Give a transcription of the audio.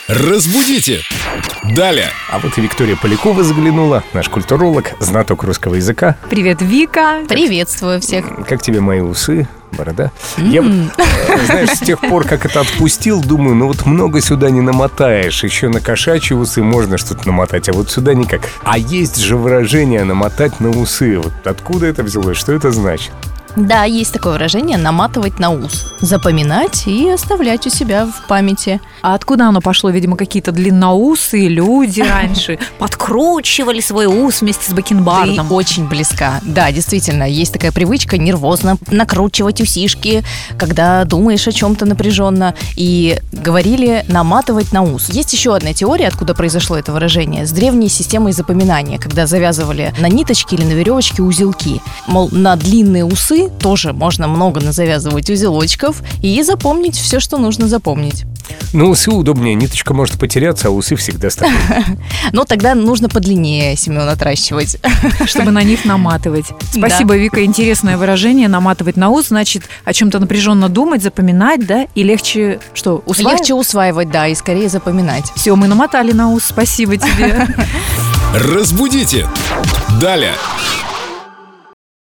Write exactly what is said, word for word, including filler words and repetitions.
Разбудите! Далее! А вот и Виктория Полякова заглянула, наш культуролог, знаток русского языка. Привет, Вика! Приветствую всех. Как тебе мои усы, борода? Mm. Я вот, знаешь, с тех пор, как это отпустил, думаю, ну вот много сюда не намотаешь. Еще на кошачьи усы можно что-то намотать, а вот сюда никак. А есть же выражение «намотать на усы». Вот откуда это взялось? Что это значит? Да, есть такое выражение «наматывать на ус». Запоминать и оставлять у себя в памяти. А откуда оно пошло? Видимо, какие-то длинноусые люди раньше подкручивали свой ус вместе с бакенбардом. Ты очень близка. Да, действительно, есть такая привычка нервозно накручивать усишки, когда думаешь о чем-то напряженно. И говорили «наматывать на ус». Есть еще одна теория, откуда произошло это выражение. С древней системой запоминания, когда завязывали на ниточки или на веревочке узелки. Мол, на длинные усы тоже можно много назавязывать узелочков и запомнить все, что нужно запомнить. Ну, усы удобнее, ниточка может потеряться, а усы всегда стабильны. Но тогда нужно подлиннее, Семен, отращивать. Чтобы на них наматывать. Спасибо, да. Вика, интересное выражение. Наматывать на ус, значит, о чем-то напряженно думать, запоминать, да? И легче, что, усваивать? Легче усваивать, да, и скорее запоминать. Все, мы намотали на ус, спасибо тебе. Разбудите! Далее!